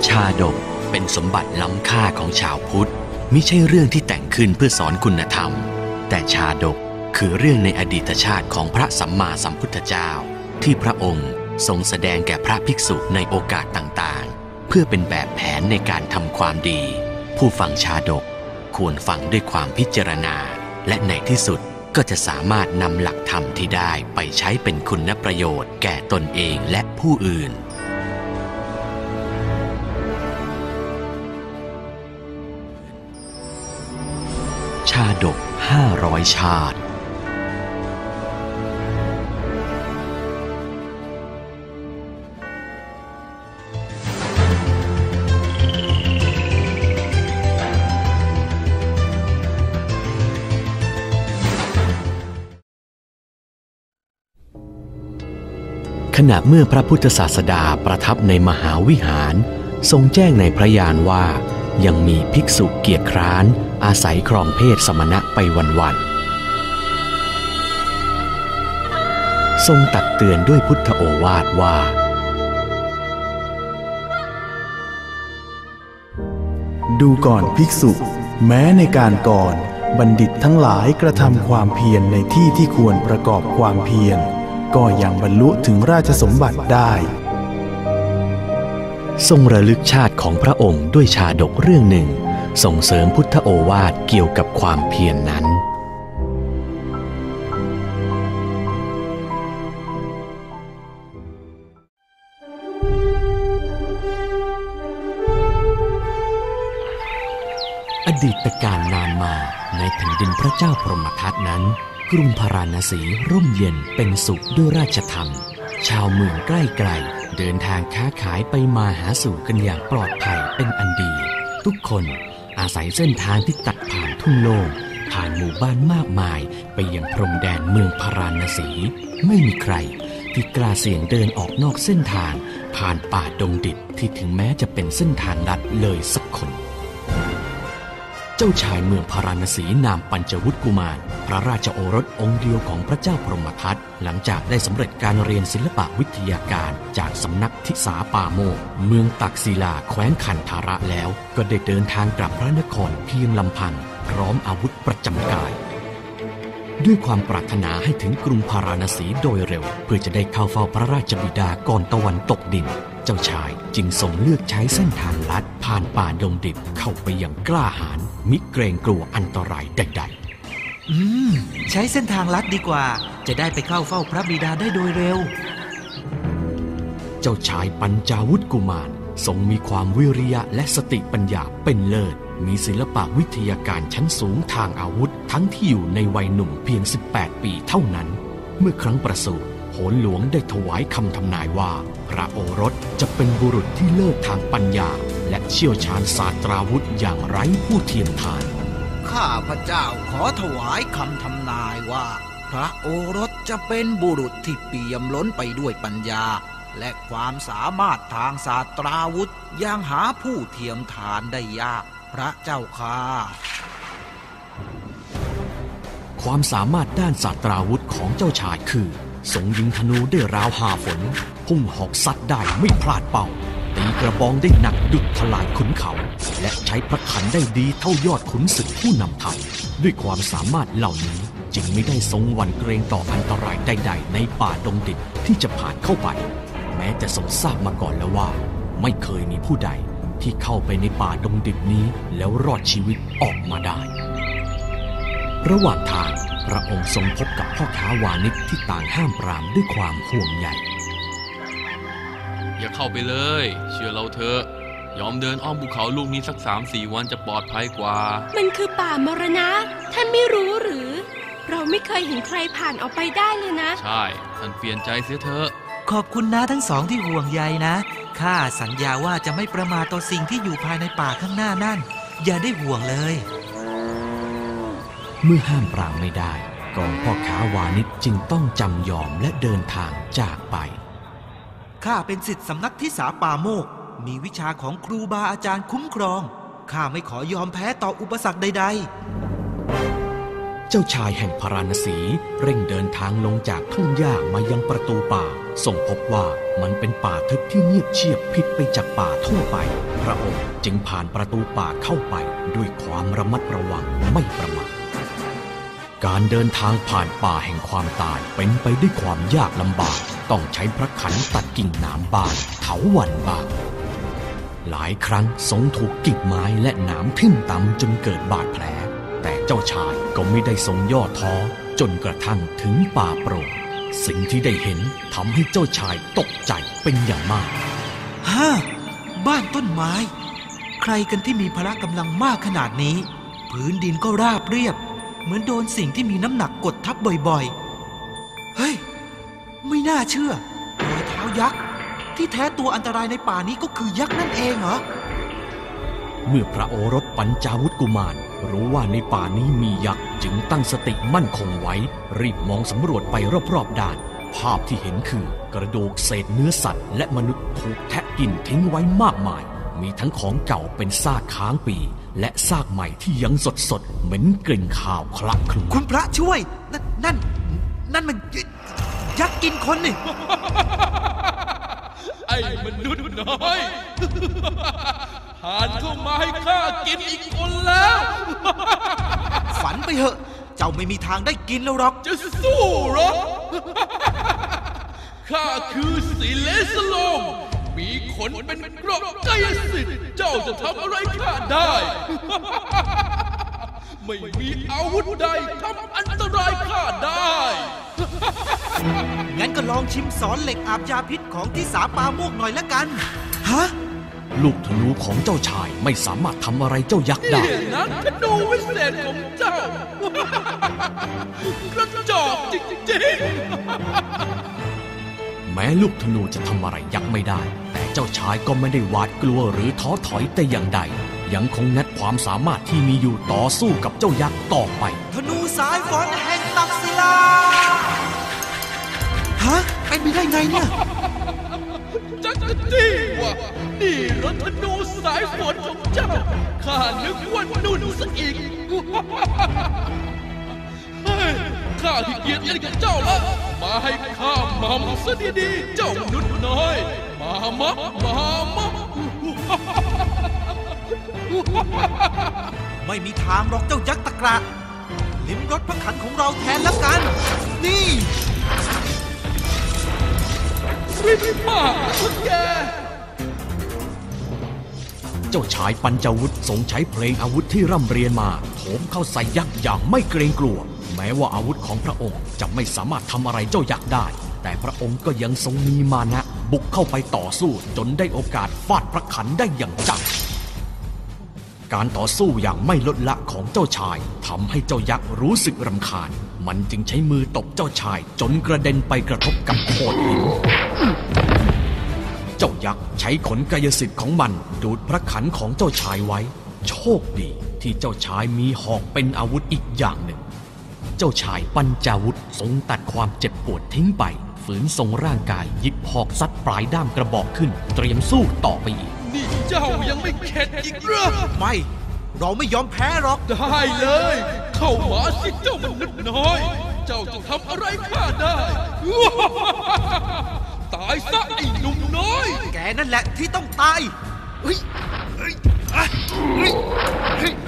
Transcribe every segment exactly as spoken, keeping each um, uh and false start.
ชาดกเป็นสมบัติล้ำค่าของชาวพุทธมิใช่เรื่องที่แต่งขึ้นเพื่อสอนคุณธรรมแต่ชาดกคือเรื่องในอดีตชาติของพระสัมมาสัมพุทธเจ้าที่พระองค์ทรงแสดงแก่พระภิกษุในโอกาสต่างๆเพื่อเป็นแบบแผนในการทำความดีผู้ฟังชาดกควรฟังด้วยความพิจารณาและในที่สุดก็จะสามารถนำหลักธรรมที่ได้ไปใช้เป็นคุณประโยชน์แก่ตนเองและผู้อื่นชาดกห้าร้อยชาติขณะเมื่อพระพุทธศาสดาประทับในมหาวิหารทรงแจ้งในพระญาณว่ายังมีภิกษุเกียจคร้านอาศัยครองเพศสมณะไปวันๆทรงตักเตือนด้วยพุทธโอวาทว่าดูก่อนภิกษุแม้ในการก่อนบัณฑิตทั้งหลายกระทำความเพียรในที่ที่ควรประกอบความเพียรก็ยังบรรลุถึงราชสมบัติได้ทรงระลึกชาติของพระองค์ด้วยชาดกเรื่องหนึ่งส่งเสริมพุทธโอวาทเกี่ยวกับความเพียร น, นั้นอดีตการนานมาในแผ่นดินพระเจ้าพรหมทัตนั้นกรุงพาราณสีร่มเย็นเป็นสุขด้วยราชธรรมชาวเมืองใกล้ไกลเดินทางค้าขายไปมาหาสู่กันอย่างปลอดภัยเป็นอันดีทุกคนอาศัยเส้นทางที่ตัดผ่านทุ่งโล่งผ่านหมู่บ้านมากมายไปยังพรมแดนเมืองพาราณสีไม่มีใครที่กล้าเสี่ยงเดินออกนอกเส้นทางผ่านป่าดงดิบที่ถึงแม้จะเป็นเส้นทางลัดเลยสักคนเจ้าชายเมืองพาราณสีนามปัญจวุฒิกุมารพระราชโอรสองค์เดียวของพระเจ้าพรหมทัตหลังจากได้สำเร็จการเรียนศิลปวิทยาการจากสำนักทิสาปาโมกข์เมืองตักศิลาแคว้นคันธาระแล้วก็ได้เดินทางกลับพระนครเพียงลำพังพร้อมอาวุธประจำกายด้วยความปรารถนาให้ถึงกรุงพาราณสีโดยเร็วเพื่อจะได้เข้าเฝ้าพระราชบิดาก่อนตะวันตกดินเจ้าชายจึงทรงเลือกใช้เส้นทางลัดผ่านป่าดงดิบเข้าไปอย่างกล้าหาญมิเกรงกลัวอันตรายใดๆอืมใช้เส้นทางลัดดีกว่าจะได้ไปเข้าเฝ้าพระบิดาได้โดยเร็วเจ้าชายปัญจวุฒิกุมารทรงมีความวิริยะและสติปัญญาเป็นเลิศมีศิลปวิทยาการชั้นสูงทางอาวุธทั้งที่อยู่ในวัยหนุ่มเพียงสิบแปดปีเท่านั้นเมื่อครั้งประสูติโหนหลวงได้ถวายคำทำนายว่าพระโอรสจะเป็นบุรุษที่เลิศทางปัญญาและเชี่ยวชาญศาสตราวุธอย่างไร้ผู้เทียมทานข้าพเจ้าขอถวายคำทำนายว่าพระโอรสจะเป็นบุรุษที่เปี่ยมล้นไปด้วยปัญญาและความสามารถทางศาสตราวุธยังหาผู้เทียมทานได้ยากพระเจ้าค่ะความสามารถด้านศาสตราวุธของเจ้าชายคือทรงยิงธนูได้ราวหาฝนพุ่งหอกซัดได้ไม่พลาดเป้าตีกระบองได้หนักดุจทลายขุนเขาและใช้พระขันได้ดีเท่ายอดขุนศึกผู้นำทัพด้วยความสามารถเหล่านี้จึงไม่ได้ทรงหวั่นเกรงต่ออันตรายใดๆในป่าดงดิบที่จะผ่านเข้าไปแม้จะทรงทราบมาก่อนแล้วว่าไม่เคยมีผู้ใดที่เข้าไปในป่าดงดิบนี้แล้วรอดชีวิตออกมาได้ระหว่างทางพระองค์ทรงพบกับพ่อค้าวานิชที่ต่างห้ามปรามด้วยความห่วงใยอย่าเข้าไปเลยเชื่อเราเถอะยอมเดินอ้อมภูเขาลูกนี้สัก สามสี่ วันจะปลอดภัยกว่ามันคือป่ามรณะท่านไม่รู้หรือเราไม่เคยเห็นใครผ่านออกไปได้เลยนะใช่ท่านเปลี่ยนใจเสียเถอะขอบคุณนะทั้งสองที่ห่วงใยนะข้าสัญญาว่าจะไม่ประมาทต่อสิ่งที่อยู่ภายในป่าข้างหน้านั่นอย่าได้ห่วงเลยเมื่อห้ามปรามไม่ได้กองพ่อค้าวานิชจึงต้องจำยอมและเดินทางจากไปข้าเป็นศิษย์สำนักทิสาปาโมกข์มีวิชาของครูบาอาจารย์คุ้มครองข้าไม่ขอยอมแพ้ต่ออุปสรรคใดๆเจ้าชายแห่งพาราณสีเร่งเดินทางลงจากทุ่งหญ้ามายังประตูป่าทรงพบว่ามันเป็นป่าทึบที่เงียบเชียบผิดไปจากป่าทั่วไปพระองค์จึงผ่านประตูป่าเข้าไปด้วยความระมัดระวังไม่ประมาทการเดินทางผ่านป่าแห่งความตายเป็นไปด้วยความยากลำบากต้องใช้พระขันตัดกิ่งหนามบ้างเถาวัลย์บ้างหลายครั้งทรงถูกกิ่งไม้และหนามทิ่มตำจนเกิดบาดแผลแต่เจ้าชายก็ไม่ได้ทรงย่อท้อจนกระทั่งถึงป่าโปร่งสิ่งที่ได้เห็นทำให้เจ้าชายตกใจเป็นอย่างมากฮ่าบ้านต้นไม้ใครกันที่มีพละกำลังมากขนาดนี้พื้นดินก็ราบเรียบเหมือนโดนสิ่งที่มีน้ำหนักกดทับบ่อยๆเฮ้ยไม่น่าเชื่อรอยเท้ายักษ์ที่แท้ตัวอันตรายในป่านี้ก็คือยักษ์นั่นเองเหรอเมื่อพระโอรสปัญจาวุฒกุมารรู้ว่าในป่านี้มียักษ์จึงตั้งสติมั่นคงไว้รีบมองสำรวจไปรอบๆด้านภาพที่เห็นคือกระดูกเศษเนื้อสัตว์และมนุษย์ถูกแทะกินทิ้งไว้มากมายมีทั้งของเก่าเป็นซากค้างปีและซากใหม่ที่ยังสดๆเหม็นกลิ่นคาวคละคลุ้งคุณพระช่วยนั่นนั่นนั่นมันยักษ์กินคนนี่ไอ้มนุษย์น้อยผ่านเข้ามาให้ข้ากินอีกคนแล้วฝันไปเหอะเจ้าไม่มีทางได้กินแล้วหรอกจะสู้หรอข้าคือศิเลสโลมมีขนเป็นเกราะกายสิทธิ์เจ้าจะทำอะไรข้าได้ไม่มีอาวุธใดทำอันตรายข้าได้งั้นก็ลองชิมสอนเหล็กอาบยาพิษของที่สาปาโมกหน่อยละกันฮะลูกธนูของเจ้าชายไม่สามารถทำอะไรเจ้ายักษ์ได้นี่นะธนูวิเศษของเจ้า กระจอกจริงๆแม้ลูกธนูจะทำอะไรยักษ์ไม่ได้แต่เจ้าชายก็ไม่ได้หวาดกลัวหรือท้อถอยแต่อย่างใดยังคงงัดความสามารถที่มีอยู่ต่อสู้กับเจ้ายักษ์ต่อไปธนูสายฝนแห่งตักศิลาฮะเป็นไปได้ไงเนี่ยจักรจี้วะนี่รถธนูสายฝนของเจ้าข้านึกว่านุ่นซะอีกเฮ้ยข้าขี้เกียจเล่นกับเจ้าละมาให้ข้าหม่ำซะดีๆเจ้ามนุษย์น้อยมามะมามะไม่มีทางหรอกเจ้ายักษ์ตะกระลิ้มรสพระขันของเราแทนแล้วกันนี่รีบมาคุณแกเจ้าชายปัญจวุฒิทรงใช้เพลงอาวุธที่ร่ำเรียนมาโถมเข้าใส่ยักษ์อย่างไม่เกรงกลัวแม้ว่าอาวุธของพระองค์จะไม่สามารถทำอะไรเจ้ายักษ์ได้แต่พระองค์ก็ยังทรงมีมานะบุกเข้าไปต่อสู้จนได้โอกาสฟาดพระขันได้อย่างจังการต่อสู้อย่างไม่ลดละของเจ้าชายทำให้เจ้ายักษ์รู้สึกรำคาญมันจึงใช้มือตบเจ้าชายจนกระเด็นไปกระทบกับโขดหินเจ้ายักษ์ใช้ขนกายสิทธิ์ของมันดูดพระขันของเจ้าชายไว้โชคดีที่เจ้าชายมีหอกเป็นอาวุธอีกอย่างหนึ่งเจ้าชายปัญจาวุธทรงตัดความเจ็บปวดทิ้งไปฝืนทรงร่างกายหยิบหอกซัดปลายด้ามกระบอกขึ้นเตรียมสู้ต่อไปอีกนี่เจ้ายังไม่เข็ดอีกเหรอไม่เราไม่ยอมแพ้หรอกได้เลยเข้ามาสิเจ้ามนุษย์น้อยเจ้าจะทำอะไรข้าได้ตายซะไอ้หนุ่มน้อยแกนั่นแหละที่ต้องตายเฮ้ยเฮ้ยเฮ้ย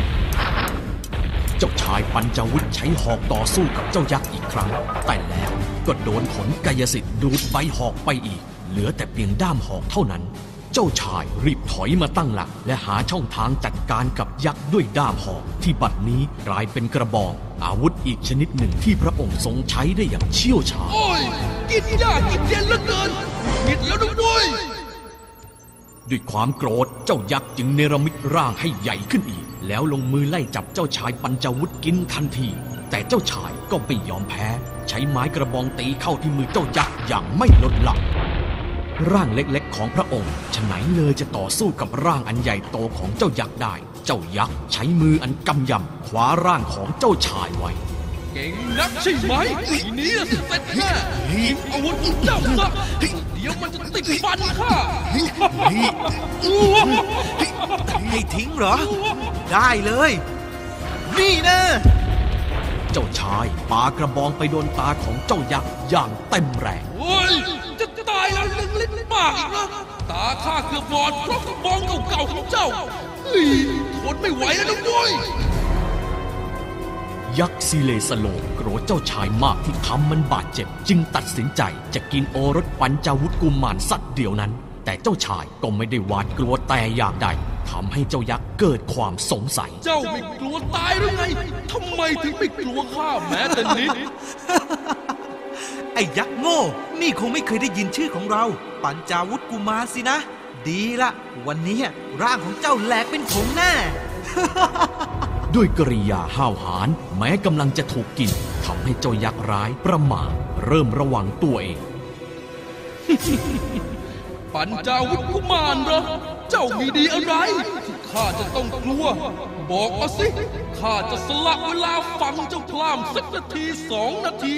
เจ้าชายปัญจวุฒิใช้หอกต่อสู้กับเจ้ายักษ์อีกครั้งแต่แล้วก็โดนผลกายสิทธิ์ดูดใบหอกไปอีกเหลือแต่เพียงด้ามหอกเท่านั้นเจ้าชายรีบถอยมาตั้งหลักและหาช่องทางจัดการกับยักษ์ด้วยด้ามหอกที่บัดนี้กลายเป็นกระบอกอาวุธอีกชนิดหนึ่งที่พระองค์ทรงใช้ได้อย่างเชี่ยวชาญโอ้ยกินยากกินเย็นเหลือเกินกินแล้วด้วยด้วยความโกรธเจ้ายักษ์จึงเนรมิตร่างให้ใหญ่ขึ้นอีกแล้วลงมือไล่จับเจ้าชายปัญจวุฒิกินทันทีแต่เจ้าชายก็ไม่ยอมแพ้ใช้ไม้กระบองตีเข้าที่มือเจ้ายักษ์อย่างไม่ลดละร่างเล็กๆของพระองค์ฉะไหนเลยจะต่อสู้กับร่างอันใหญ่โตของเจ้ายักษ์ได้เจ้ายักษ์ใช้มืออันกำยำคว้าร่างของเจ้าชายไว้เก่งนักใช่ไหมทีนี้เสร็จแน่ทีมอาวุธของเจ้าซะเดี๋ยวมันจะติดฟันข้าให้ทิ้งเหรอได้เลยนี่นะเจ้าชายปากระบองไปโดนตาของเจ้ายักษ์อย่างเต็มแรงมากอีกนะตาข้าเกือบบอดเพราะมองเก่าๆของเจ้าเฮ้ยทนไม่ไหวแล้วนะด้วยยักษ์ซีเลสโลมโกรธเจ้าชายมากที่ทำมันบาดเจ็บจึงตัดสินใจจะกินโอรสปัญจวุฒิกุมารสัตว์เดียวนั้นแต่เจ้าชายก็ไม่ได้หวาดกลัวแต่อย่างใดทำให้เจ้ายักษ์เกิดความสงสัยเจ้าไม่กลัวตายหรือไงทำไมถึงไม่กลัวข้าแม้แต่นิดไอ้ยักษ์โง่นี่คงไม่เคยได้ยินชื่อของเราปัญจวุฒิกุมารสินะดีละวันนี้ร่างของเจ้าแหลกเป็นผงแน่ด้วยกริยาห้าวหาญแม้กำลังจะถูกกินทำให้เจ้ายักษ์ร้ายประหม่าเริ่มระวังตัวเองปัญจวุฒิกุมารเหรอเจ้ามีดีอะไรที่ข้าจะต้องกลัวบอกมาสิข้าจะสละเวลาฟังเจ้าพล่ามสักนาทีสองนาที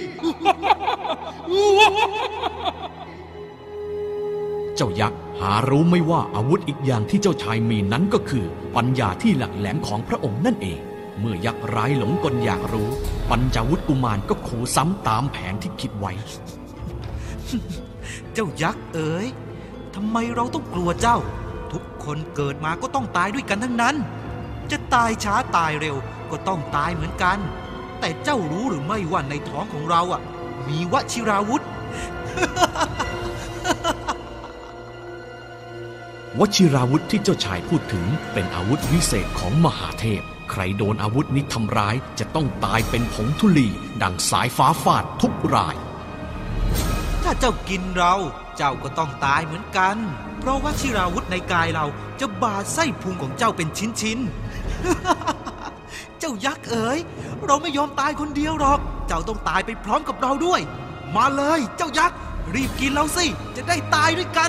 เจ้ายักษ์หารู้ไม่ว่าอาวุธอีกอย่างที่เจ้าชายมีนั้นก็คือปัญญาที่หลักแหลมของพระองค์นั่นเองเมื่อยักษ์ร้ายหลงกลอยากรู้ปัญจวุฒิกุมารก็ขู่ซ้ำตามแผนที่คิดไว้เจ้ายักษ์เอ๋ยทำไมเราต้องกลัวเจ้าทุกคนเกิดมาก็ต้องตายด้วยกันทั้งนั้นจะตายช้าตายเร็วก็ต้องตายเหมือนกันแต่เจ้ารู้หรือไม่ว่าในท้องของเราอ่ะมีวชิราวุธวชิราวุธที่เจ้าชายพูดถึงเป็นอาวุธวิเศษของมหาเทพใครโดนอาวุธนี้ทำร้ายจะต้องตายเป็นผงธุลีดังสายฟ้าฟาดทุกรายถ้าเจ้ากินเราเจ้าก็ต้องตายเหมือนกันเพราะว่าวชิราวุธในกายเราจะบาดไส้พุงของเจ้าเป็นชิ้นๆ เจ้ายักษ์เอ๋ยเราไม่ยอมตายคนเดียวหรอกเจ้าต้องตายไปพร้อมกับเราด้วยมาเลยเจ้ายักษ์รีบกินเราสิจะได้ตายด้วยกัน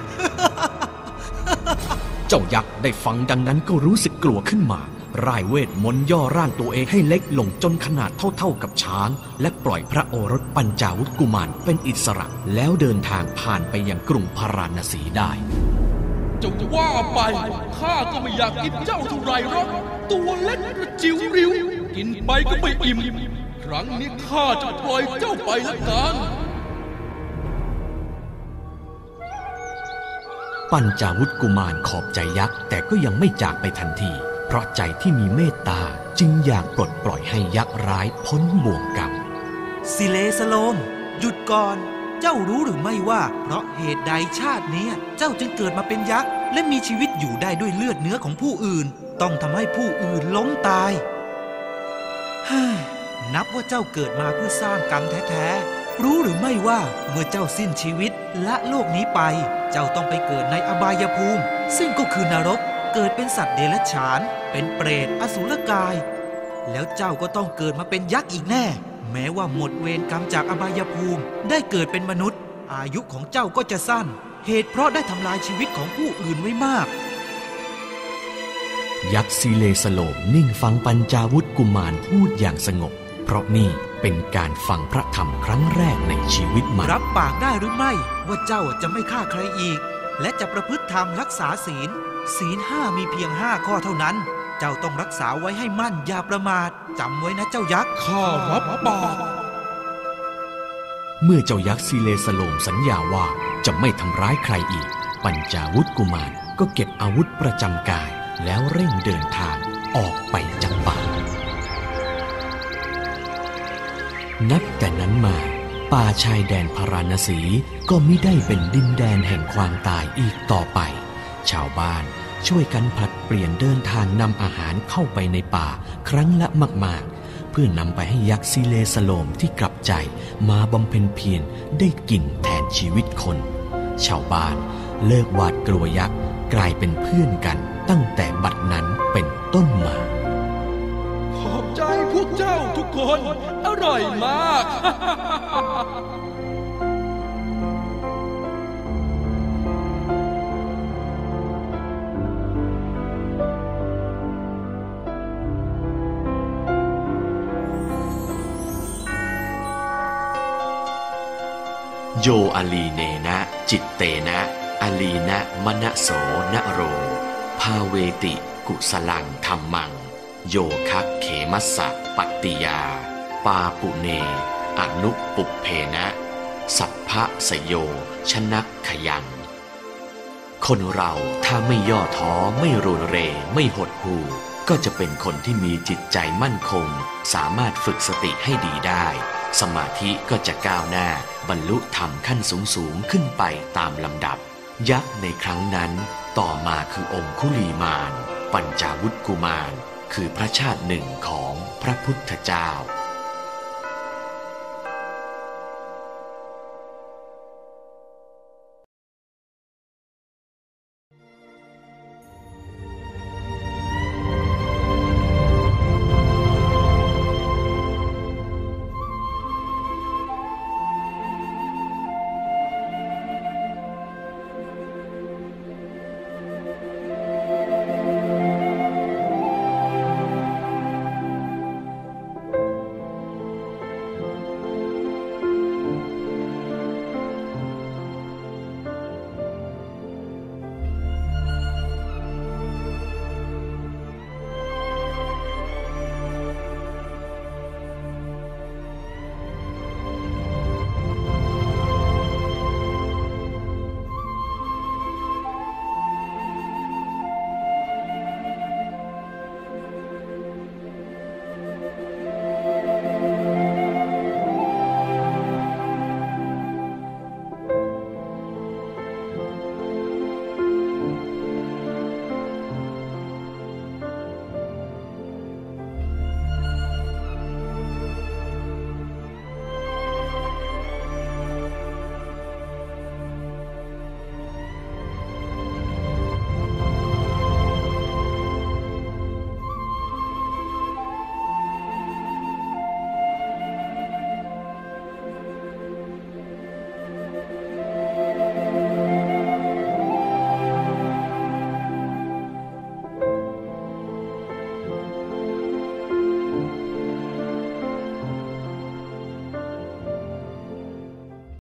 เจ้ายักษ์ได้ฟังดังนั้นก็รู้สึกกลัวขึ้นมาร่ายเวทมนต์ย่อร่างตัวเองให้เล็กลงจนขนาดเท่าๆกับช้างและปล่อยพระโอรสปัญจวุฒิกุมารเป็นอิสระแล้วเดินทางผ่านไปยังกรุงพาราณสีได้จะว่าไปข้าก็ไม่อยากกินเจ้าเท่าไรหรอกตัวเล็กกระจิ๋วริ้วกินไปก็ไม่อิ่มครั้งนี้ข้าจะปล่อยเจ้าไปละกันปัญจวุฒิกุมารขอบใจยักษ์แต่ก็ยังไม่จากไปทันทีเพราะใจที่มีเมตตาจึงอยากปลดปล่อยให้ยักษ์ร้ายพ้นบ่วงกรรมสิเลสโลมหยุดก่อนเจ้ารู้หรือไม่ว่าเพราะเหตุใดชาตินี้เจ้าจึงเกิดมาเป็นยักษ์และมีชีวิตอยู่ได้ด้วยเลือดเนื้อของผู้อื่นต้องทำให้ผู้อื่นล้มตายนับว่าเจ้าเกิดมาเพื่อสร้างกรรมแท้ๆรู้หรือไม่ว่าเมื่อเจ้าสิ้นชีวิตละโลกนี้ไปเจ้าต้องไปเกิดในอบายภูมิซึ่งก็คือนรกเกิดเป็นสัตว์เดรัจฉานเป็นเปรตอสุรกายแล้วเจ้าก็ต้องเกิดมาเป็นยักษ์อีกแน่แม้ว่าหมดเวรกรรมจากอบายภูมิได้เกิดเป็นมนุษย์อายุของเจ้าก็จะสั้นเหตุเพราะได้ทำลายชีวิตของผู้อื่นไว้มากยักษ์ซีเลสโลมนิ่งฟังปัญจวุฒิกุมารพูดอย่างสงบเพราะนี่เป็นการฟังพระธรรมครั้งแรกในชีวิตมันรับปากได้หรือไม่ว่าเจ้าจะไม่ฆ่าใครอีกและจะประพฤติธรรมรักษาศีลศีลห้ามีเพียงห้าข้อเท่านั้นเจ้าต้องรักษาไว้ให้มั่นอย่าประมาทจำไว้นะเจ้ายักษ์ข้ารับปากเมื่อเจ้ายักษ์ซีเลสโลมสัญญาว่าจะไม่ทำร้ายใครอีกปัญจวุฒิกุมารก็เก็บอาวุธประจำกายแล้วเร่งเดินทางออกไปจากป่านับแต่นั้นมาป่าชายแดนพาราณสีก็มิได้เป็นดินแดนแห่งความตายอีกต่อไปชาวบ้านช่วยกันผลัดเปลี่ยนเดินทางนำอาหารเข้าไปในป่าครั้งละมากๆเพื่อนำไปให้ยักษ์ซีเลสโลมที่กลับใจมาบำเพ็ญเพียรได้กินแทนชีวิตคนชาวบ้านเลิกหวาดกลัวยักษ์กลายเป็นเพื่อนกันตั้งแต่บัดนั้นเป็นต้นมาขอบใจพวกเจ้าทุกคนอร่อยมากโยอลีเนนะจิตเตนะอลีนะมณโสนโรภาเวติกุสลังธัมมังโยคะเขมัสสะปัตติยาปาปุเนอนุปุพเพนะสัพพพะสโยชนักขยังคนเราถ้าไม่ย่อท้อไม่โรนเรไม่หดหู่ก็จะเป็นคนที่มีจิตใจมั่นคงสามารถฝึกสติให้ดีได้สมาธิก็จะก้าวหน้าบรรลุธรรมขั้นสูงสูงขึ้นไปตามลำดับยักษ์ในครั้งนั้นต่อมาคือองคุลีมานปัญจาวุฒกุมารคือพระชาติหนึ่งของพระพุทธเจ้า